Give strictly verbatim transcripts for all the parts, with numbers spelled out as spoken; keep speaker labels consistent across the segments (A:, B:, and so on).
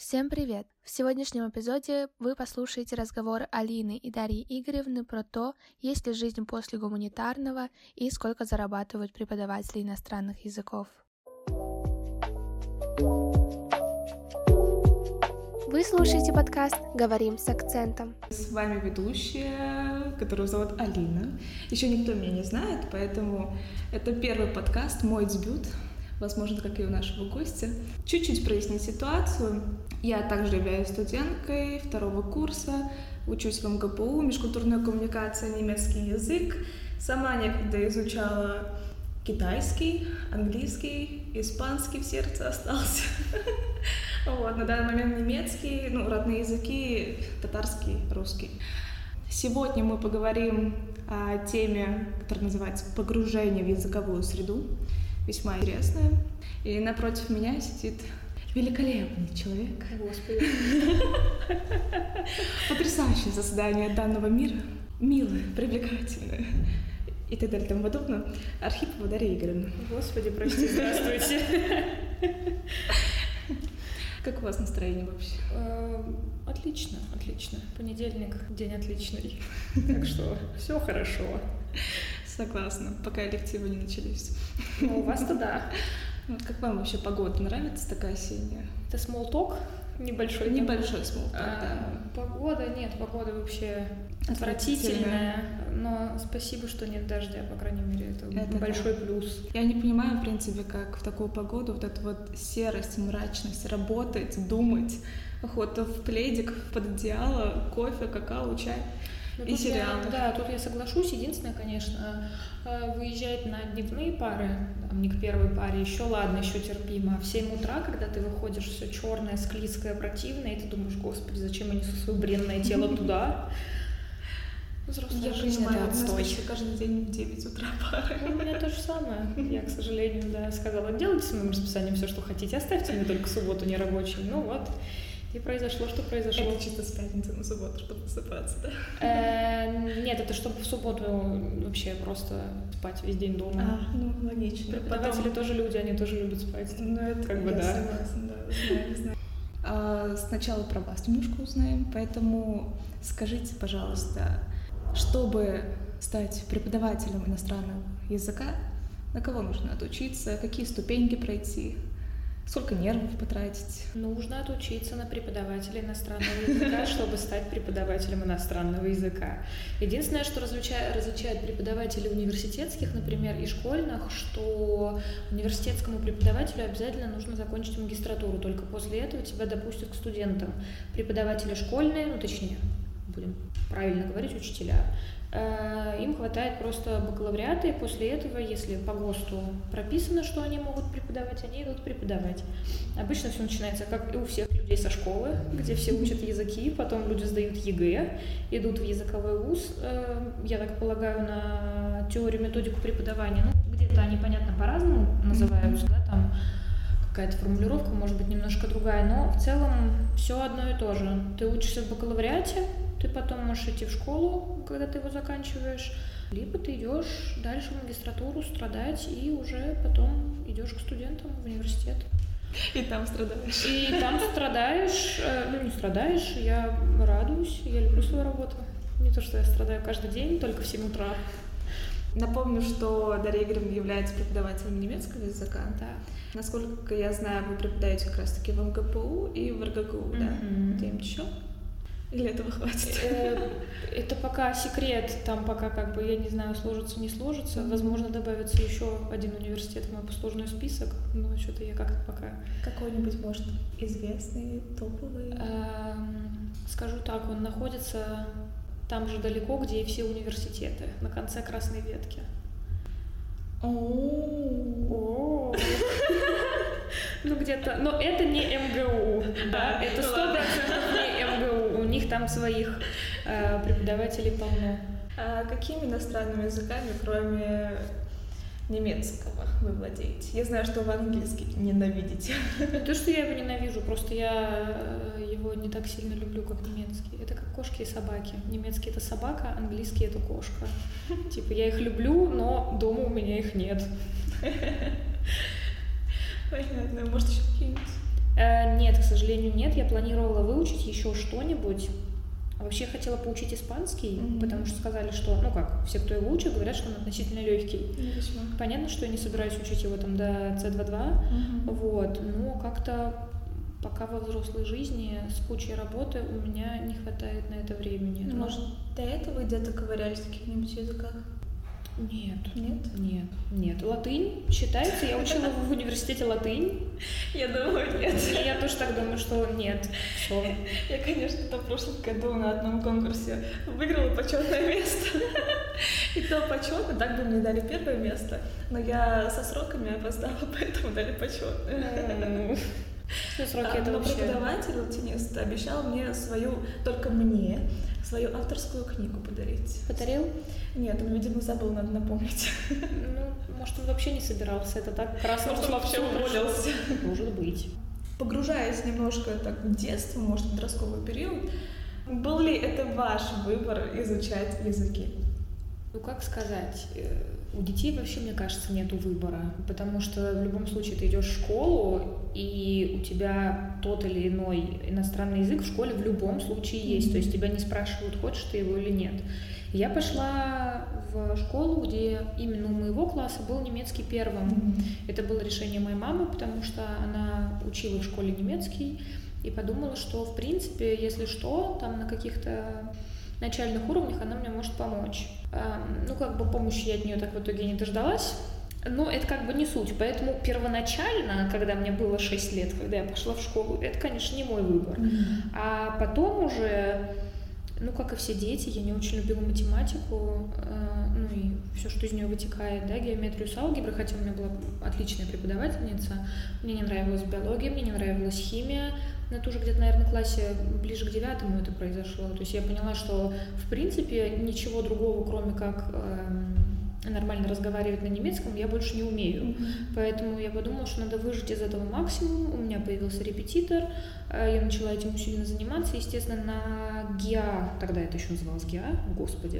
A: Всем привет! В сегодняшнем эпизоде вы послушаете разговор Алины и Дарьи Игоревны про то, есть ли жизнь после гуманитарного и сколько зарабатывают преподаватели иностранных языков. Вы слушаете подкаст «Говорим с акцентом».
B: С вами ведущая, которую зовут Алина. Еще никто меня не знает, поэтому это первый подкаст, мой дебют. Возможно, как и у нашего гостя. Чуть-чуть прояснить ситуацию. Я также являюсь студенткой второго курса, учусь в эм гэ пэ у, межкультурная коммуникация, немецкий язык. Сама некогда изучала китайский, английский, испанский в сердце остался. Вот, на данный момент немецкий, ну, родные языки, татарский, русский. Сегодня мы поговорим о теме, которая называется «Погружение в языковую среду». Весьма интересная. И напротив меня сидит великолепный человек.
C: Господи.
B: Потрясающее создание данного мира. Милое, привлекательное. И так далее, тому подобное. Архипова Дарья Игоревна.
C: Господи, прости, здравствуйте.
B: Как у вас настроение вообще?
C: Отлично, отлично. Понедельник, день отличный. Так что все хорошо.
B: Согласна, пока элективы не начались.
C: Ну, у вас-то да.
B: Как вам вообще погода? Нравится такая осенняя?
C: Это small talk небольшой?
B: Небольшой small talk,
C: а,
B: да.
C: Погода? Нет, погода вообще отвратительная. Но спасибо, что нет дождя, по крайней мере, это, это большой да. плюс.
B: Я не понимаю, в принципе, как в такую погоду вот эта вот серость, мрачность, работать, думать, охота в пледик, под одеяло, кофе, какао, чай.
C: Ну,
B: и сериалы.
C: Я, да, тут я соглашусь. Единственное, конечно, выезжать на дневные пары, там, не к первой паре, еще ладно, еще терпимо. А в семь утра, когда ты выходишь, все черное, склизкое, противное, и ты думаешь, господи, зачем я несу свое бренное тело туда?
B: Взрослая жизнь — это отстой. Каждый день в девять утра пары.
C: У меня то же самое. Я, к сожалению, да, сказала, делайте с моим расписанием все, что хотите, оставьте мне только субботу нерабочей. Ну вот. И произошло, что произошло.
B: Это чисто с пятницы на субботу, чтобы высыпаться, да?
C: Э, нет, это чтобы в субботу вообще просто спать весь день дома.
B: А, ну, логично.
C: Преподаватели Потом... тоже люди, они тоже любят спать.
B: Ну, это
C: как бы,
B: я
C: да.
B: согласна, да, знаю, знаю. А, сначала про вас немножко узнаем, поэтому скажите, пожалуйста, чтобы стать преподавателем иностранного языка, на кого нужно отучиться, какие ступеньки пройти? Сколько нервов потратить?
C: Нужно отучиться на преподавателя иностранного языка, чтобы стать преподавателем иностранного языка. Единственное, что различает, различает преподавателей университетских, например, и школьных, что университетскому преподавателю обязательно нужно закончить магистратуру, только после этого тебя допустят к студентам. Преподаватели школьные, ну точнее, будем правильно говорить, учителя, им хватает просто бакалавриата, и после этого, если по ГОСТу прописано, что они могут преподавать, они идут преподавать. Обычно все начинается, как и у всех людей со школы, где все учат языки, потом люди сдают ЕГЭ, идут в языковой вуз, я так полагаю, на теорию, методику преподавания. Ну, где-то они, понятно, по-разному называются, да, там какая-то формулировка может быть немножко другая, но в целом все одно и то же. Ты учишься в бакалавриате, ты потом можешь идти в школу, когда ты его заканчиваешь, либо ты идешь дальше в магистратуру страдать и уже потом идешь к студентам в университет.
B: И там страдаешь.
C: И там страдаешь, ну не страдаешь, я радуюсь, я люблю свою работу. Не то, что я страдаю каждый день, только в семь утра.
B: Напомню, что Дарья Игоревна является преподавателем немецкого языка.
C: Да.
B: Насколько я знаю, вы преподаете как раз-таки в эм гэ пэ у и в эр гэ гэ у, mm-hmm. да? Где-нибудь еще? Или этого хватит?
C: Это пока секрет, там пока как бы, я не знаю, сложится, не сложится. Возможно, добавится еще один университет в мой послужной список, но что-то я как-то пока...
B: Какой-нибудь, может, известный, топовый?
C: Скажу так, он находится там же далеко, где и все университеты, на конце красной ветки.
B: О,
C: ну где-то, но это не эм гэ у, да, это сто процентов не эм гэ у, у них там своих э, преподавателей полно.
B: А какими иностранными языками, кроме немецкого, вы владеете? Я знаю, что вы английский ненавидите.
C: Не то, что я его ненавижу, просто я его не так сильно люблю, как немецкий. Это как кошки и собаки. Немецкий — это собака, английский — это кошка. Типа я их люблю, но дома у меня их нет.
B: Понятно. Может, еще какие-нибудь?
C: Э, нет, к сожалению, нет. Я планировала выучить еще что-нибудь. Вообще я хотела поучить испанский, mm-hmm. потому что сказали, что, ну как, все, кто его учит, говорят, что он относительно легкий.
B: Mm-hmm.
C: Понятно, что я не собираюсь учить его там до си два два,
B: mm-hmm.
C: вот, но как-то пока во взрослой жизни с кучей работы у меня не хватает на это времени.
B: Ну,
C: но...
B: может, до этого где-то ковырялись в каких-нибудь языках?
C: Нет.
B: Нет?
C: Нет. Нет. Латынь считается. Я учила в университете латынь.
B: Я думаю, нет.
C: И я тоже так думаю, что нет. Что?
B: Я, конечно, в прошлом году на одном конкурсе выиграла почетное место. И то почетно, так бы мне дали первое место. Но я со сроками опоздала, поэтому дали почетное.
C: Ну, сроки
B: а,
C: это
B: но
C: вообще...
B: преподаватель, латинист, обещал мне свою, только мне, свою авторскую книгу подарить.
C: Подарил?
B: Нет, он, видимо, забыл, надо напомнить.
C: Ну, может, он вообще не собирался, это так красно.
B: Может, он вообще уволился.
C: Может быть.
B: Pогружаясь немножко так в детство, может, в подростковый период, был ли это ваш выбор изучать языки?
C: Ну, как сказать, у детей вообще, мне кажется, нету выбора, потому что в любом случае ты идешь в школу, и у тебя тот или иной иностранный язык в школе в любом случае есть, mm-hmm. то есть тебя не спрашивают, хочешь ты его или нет. Я пошла в школу, где именно у моего класса был немецкий первым. Mm-hmm. Это было решение моей мамы, потому что она учила в школе немецкий, и подумала, что, в принципе, если что, там на каких-то начальных уровнях она мне может помочь. Ну, как бы помощи я от нее так в итоге не дождалась, но это как бы не суть. Поэтому первоначально, когда мне было шесть лет, когда я пошла в школу, это, конечно, не мой выбор. Mm-hmm. А потом уже, ну, как и все дети, я не очень любила математику, ну и все, что из нее вытекает, да, геометрию с алгеброй, хотя у меня была отличная преподавательница. Мне не нравилась биология, мне не нравилась химия. Но это уже где-то, наверное, в классе ближе к девятому это произошло. То есть я поняла, что, в принципе, ничего другого, кроме как э, нормально разговаривать на немецком, я больше не умею. Mm-hmm. Поэтому я подумала, что надо выжать из этого максимум. У меня появился репетитор, э, я начала этим усиленно заниматься. Естественно, на ГИА, тогда это еще называлось ГИА, господи,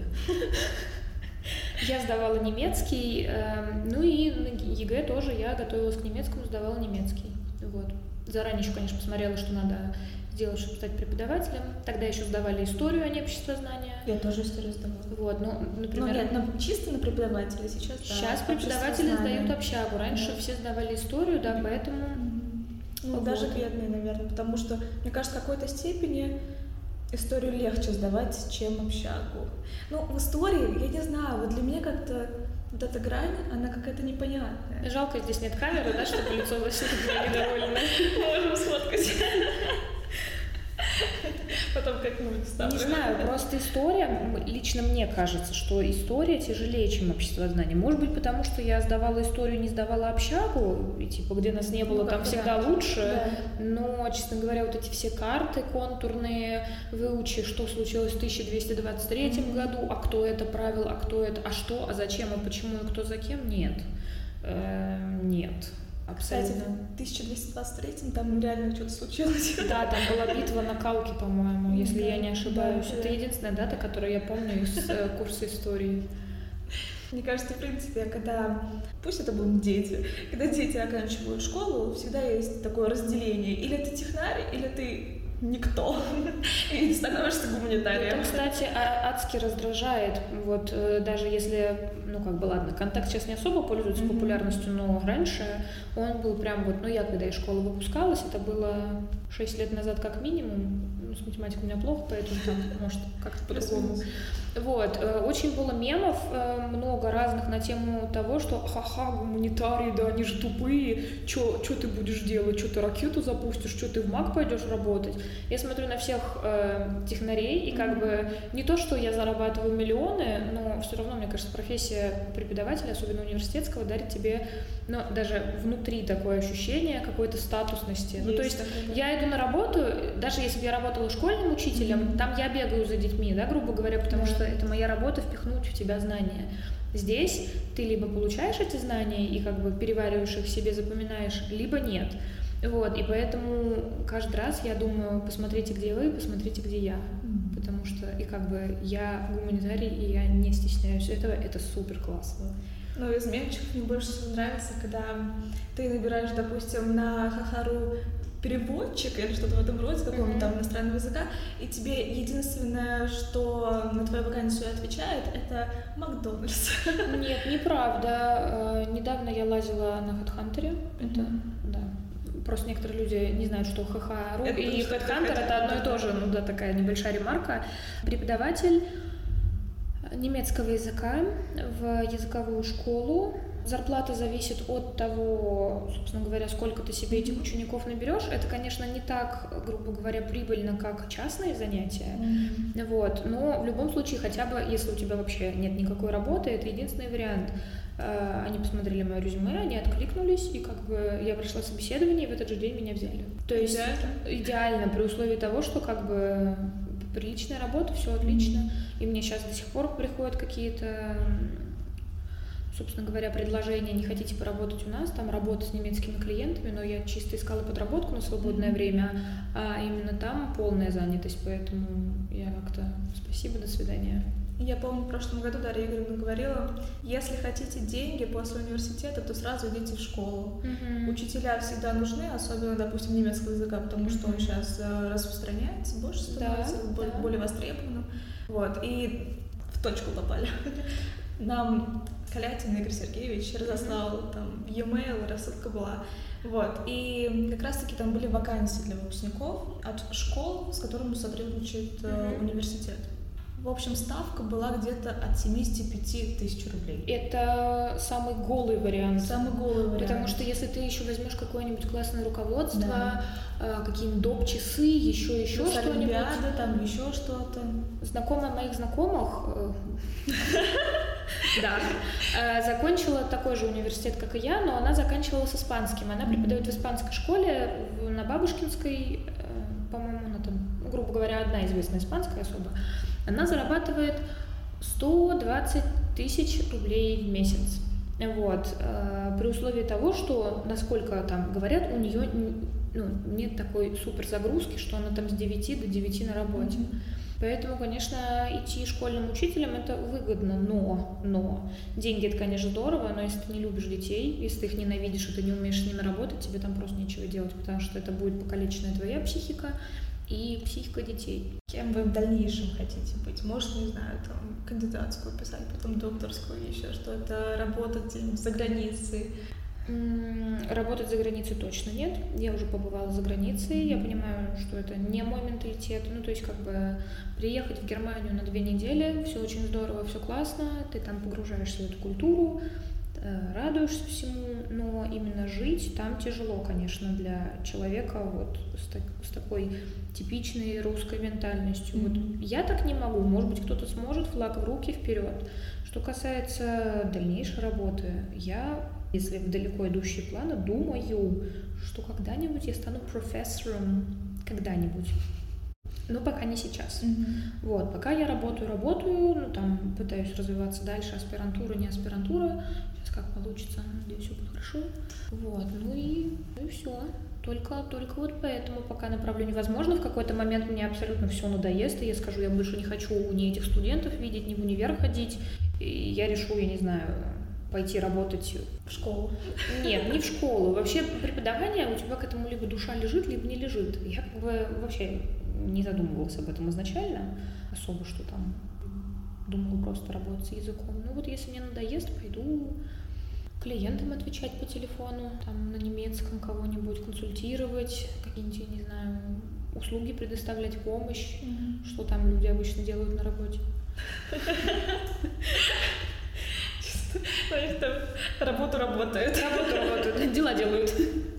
C: я сдавала немецкий, ну и на ЕГЭ тоже я готовилась к немецкому, сдавала немецкий. Вот. Заранее еще, конечно, посмотрела, что надо сделать, чтобы стать преподавателем. Тогда еще сдавали историю, а не обществознание.
B: Я тоже историю сдавала.
C: Вот, ну, например...
B: Ну, нет, ну, чисто на преподавателя сейчас, да.
C: Сейчас преподаватели сдают общагу. Раньше да. все сдавали историю, да, поэтому...
B: Ну, вот. Даже бедные, наверное, потому что, мне кажется, в какой-то степени историю легче сдавать, чем общагу. Ну, в истории, я не знаю, вот для меня как-то вот эта грань, она какая-то непонятная.
C: Жалко, здесь нет камеры, да, чтобы лицо Василия было недовольно.
B: Можем сфоткать. Потом как-нибудь вставлю.
C: Не знаю, просто история, лично мне кажется, что история тяжелее, чем обществознание. Может быть, потому что я сдавала историю, не сдавала общагу, и типа, где нас не было, ну, там всегда да. лучше. Да. Но, честно говоря, вот эти все карты контурные, выучи, что случилось в тысяча двести двадцать третьем mm-hmm. году, а кто это правил, а кто это, а что, а зачем, а почему, и кто за кем, нет. Э-э- нет. Абсолютно.
B: Кстати, в тысяча двести двадцать третьем там реально что-то случилось.
C: Да, там была битва на Калке, по-моему, если да, я не ошибаюсь. Да, это да. единственная дата, которую я помню из э, курса истории.
B: Мне кажется, в принципе, когда, пусть это будут дети, когда дети оканчивают школу, всегда есть такое разделение. Или ты технарь, или ты никто, и становишься гуманитарием.
C: Это, кстати, адски раздражает. Вот даже если, ну как бы ладно, контакт сейчас не особо пользуется mm-hmm. популярностью, но раньше он был прям вот, ну я когда из школы выпускалась, это было шесть лет назад как минимум, ну, с математикой у меня плохо, поэтому там, может, как-то по-другому. Вот, очень было мемов, много разных на тему того, что ха-ха, гуманитарии, да, они же тупые, что ты будешь делать, что ты ракету запустишь, что ты в МАК пойдешь работать. Я смотрю на всех э, технарей, и как бы не то, что я зарабатываю миллионы, но все равно, мне кажется, профессия преподавателя, особенно университетского, дарит тебе, ну, даже внутри такое ощущение какой-то статусности. Есть, ну, то есть такое, да. Я иду на работу, даже если бы я работала школьным учителем, mm-hmm. там я бегаю за детьми, да, грубо говоря, потому mm-hmm. что это моя работа впихнуть в тебя знания. Здесь ты либо получаешь эти знания и как бы перевариваешь их себе, запоминаешь, либо нет. Вот, и поэтому каждый раз я думаю, посмотрите, где вы, посмотрите, где я. Mm-hmm. Потому что, и как бы я гуманитарий, и я не стесняюсь этого, это супер классно.
B: Ну, из мемчиков мне больше всего нравится, когда ты набираешь, допустим, на Хахару переводчик или что-то в этом роде, какого-то
C: Mm-hmm.
B: там иностранного языка, и тебе единственное, что на твою вакансию отвечает, это Макдональдс.
C: Нет, неправда. Недавно я лазила на HeadHunter. Это,
B: Mm-hmm.
C: да. Просто некоторые люди не знают, что ха ха точка ру и HeadHunter — это одно и то же, ну да, такая небольшая ремарка. Преподаватель немецкого языка в языковую школу. Зарплата зависит от того, собственно говоря, сколько ты себе этих учеников наберешь. Это, конечно, не так, грубо говоря, прибыльно, как частные занятия. Mm-hmm. Вот. Но в любом случае, хотя бы, если у тебя вообще нет никакой работы, это единственный вариант. Они посмотрели мое резюме, они откликнулись, и как бы я прошла собеседование, и в этот же день меня взяли. То есть идеально, идеально при условии того, что как бы приличная работа, все отлично. Mm-hmm. И мне сейчас до сих пор приходят какие-то, собственно говоря, предложения: не хотите поработать у нас, там работа с немецкими клиентами, но я чисто искала подработку на свободное mm-hmm. время, а именно там полная занятость, поэтому я как-то спасибо, до свидания.
B: Я помню, в прошлом году Дарья Игоревна говорила: если хотите деньги после университета, то сразу идите в школу. Mm-hmm. Учителя всегда нужны, особенно, допустим, немецкого языка, потому что он сейчас распространяется, больше становится, да, более, да. более востребованным. Вот, и в точку попали. Нам Калятин Игорь Сергеевич разослал mm-hmm. там e-mail, рассылка была. Вот, и как раз-таки там были вакансии для выпускников от школ, с которыми сотрудничает mm-hmm. университет. В общем, ставка была где-то от семьдесят пять тысяч рублей.
C: Это самый голый вариант.
B: Самый голый вариант.
C: Потому что если ты еще возьмешь какое-нибудь классное руководство, да. э, какие-нибудь доп. Часы, еще еще
B: ну,
C: что-нибудь.
B: Олимпиада, там еще что-то.
C: Знакомая моих знакомых, да, закончила такой же университет, как и я, но она заканчивала с испанским. Она преподает в испанской школе на Бабушкинской, по-моему, она там, грубо говоря, одна известная испанская особа. Она зарабатывает сто двадцать тысяч рублей в месяц. Вот. При условии того, что, насколько там говорят, у нее ну, нет такой супер загрузки, что она там с девяти до девяти на работе. Mm-hmm. Поэтому, конечно, идти школьным учителем это выгодно, но, но деньги это, конечно, здорово, но если ты не любишь детей, если ты их ненавидишь и ты не умеешь с ними работать, тебе там просто нечего делать, потому что это будет покалеченная твоя психика и психика детей.
B: Кем вы в дальнейшем хотите быть? Может, не знаю, там, кандидатскую писать, потом докторскую, еще что-то, работать за границей?
C: Работать за границей точно нет. Я уже побывала за границей, я понимаю, что это не мой менталитет. Ну, то есть, как бы, приехать в Германию на две недели, все очень здорово, все классно, ты там погружаешься в эту культуру, радуешься всему, но именно жить там тяжело, конечно, для человека вот с, так, с такой типичной русской ментальностью. Mm-hmm. Вот я так не могу, может быть, кто-то сможет, флаг в руки, вперед. Что касается дальнейшей работы, я, если в далеко идущие планы, думаю, что когда-нибудь я стану профессором, когда-нибудь. Но пока не сейчас. Mm-hmm. Вот, пока я работаю, работаю, ну там пытаюсь развиваться дальше, аспирантура, не аспирантура. Сейчас как получится, надеюсь, все будет хорошо. Вот, ну и, ну и все. Только, только вот поэтому пока направлению. Возможно, в какой-то момент мне абсолютно все надоест, и я скажу, я больше не хочу ни этих студентов видеть, ни в универ ходить. И я решу, я не знаю, пойти работать
B: в школу.
C: Нет, не в школу. Вообще преподавание, у тебя к этому либо душа лежит, либо не лежит. Я как бы вообще не задумывалась об этом изначально, особо, что там думала просто работать с языком. Ну вот если мне надоест, пойду клиентам отвечать по телефону, там на немецком кого-нибудь консультировать, какие-нибудь, я не знаю, услуги предоставлять, помощь, mm-hmm. что там люди обычно делают на работе.
B: У них там работу работают.
C: Работу работают, дела делают.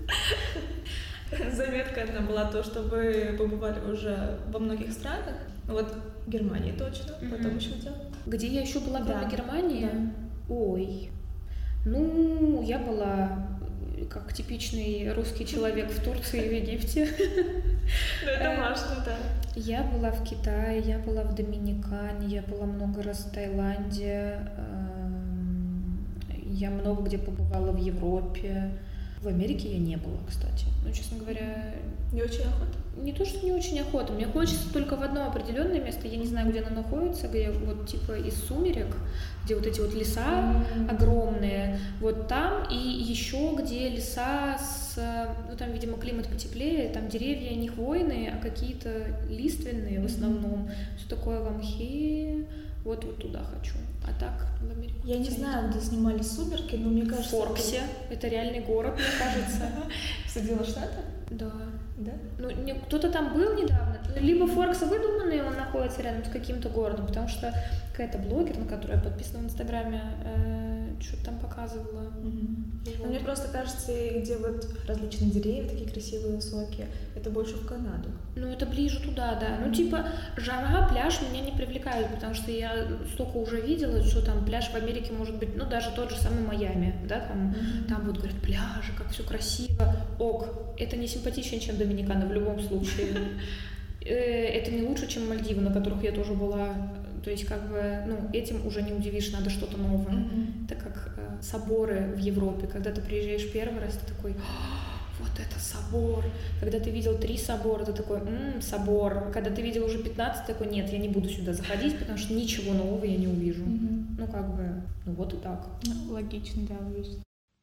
B: Заметка одна была то, что вы побывали уже во многих странах. Вот в Германии точно, mm-hmm. потом еще где?
C: Где я еще была, кроме
B: да.
C: Германии?
B: Да.
C: Ой, ну, я была как типичный русский человек в Турции и в Египте.
B: Ну, это важно, да.
C: Я была в Китае, я была в Доминикане, я была много раз в Таиланде, я много где побывала в Европе. В Америке я не была, кстати. Ну, честно говоря...
B: Не очень охота?
C: Не то, что не очень охота. Мне хочется только в одно определенное место. Я не знаю, где оно находится, где вот типа из «Сумерек», где вот эти вот леса mm-hmm. огромные. Вот там и еще где леса с... Ну, там, видимо, климат потеплее. Там деревья не хвойные, а какие-то лиственные в основном. Mm-hmm. Все такое в мхе. Вот, вот туда хочу. А так, в Америку.
B: Я не знаю, где снимали «Сумерки», но мне кажется...
C: В Форксе. Это реальный город, мне кажется.
B: Соединенных Штатах?
C: Да.
B: Да?
C: Ну, не, кто-то там был недавно. Либо Форкс выдуманный, он находится рядом с каким-то городом, потому что какая-то блогер, на которую я подписана в Инстаграме, э, что-то там показывала.
B: Mm-hmm. Вот. Мне просто кажется, где вот различные деревья, такие красивые, высокие, это больше в Канаду.
C: Ну, это ближе туда, да. Mm-hmm. Ну, типа, жара, пляж меня не привлекает, потому что я столько уже видела, что там пляж в Америке может быть, ну, даже тот же самый Майами, да, там, mm-hmm. там вот говорят, пляжи, как все красиво, ок. Это не симпатичнее, чем Доминикана в любом случае. Это не лучше, чем Мальдивы, на которых я тоже была. То есть, как бы, ну, этим уже не удивишь, надо что-то новое. Mm-hmm. Так как э, соборы в Европе, когда ты приезжаешь первый раз, ты такой, вот это собор. Когда ты видел три собора, ты такой, ммм, собор. Когда ты видел уже пятнадцать, такой, нет, я не буду сюда заходить, потому что ничего нового я не увижу. Mm-hmm. Ну, как бы, ну, вот и так.
B: Ну, логично, да, логично.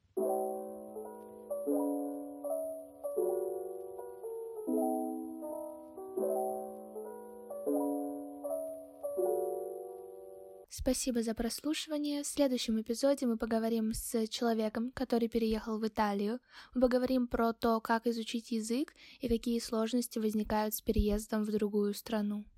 A: Спасибо за прослушивание. В следующем эпизоде мы поговорим с человеком, который переехал в Италию. Мы поговорим про то, как изучить язык и какие сложности возникают с переездом в другую страну.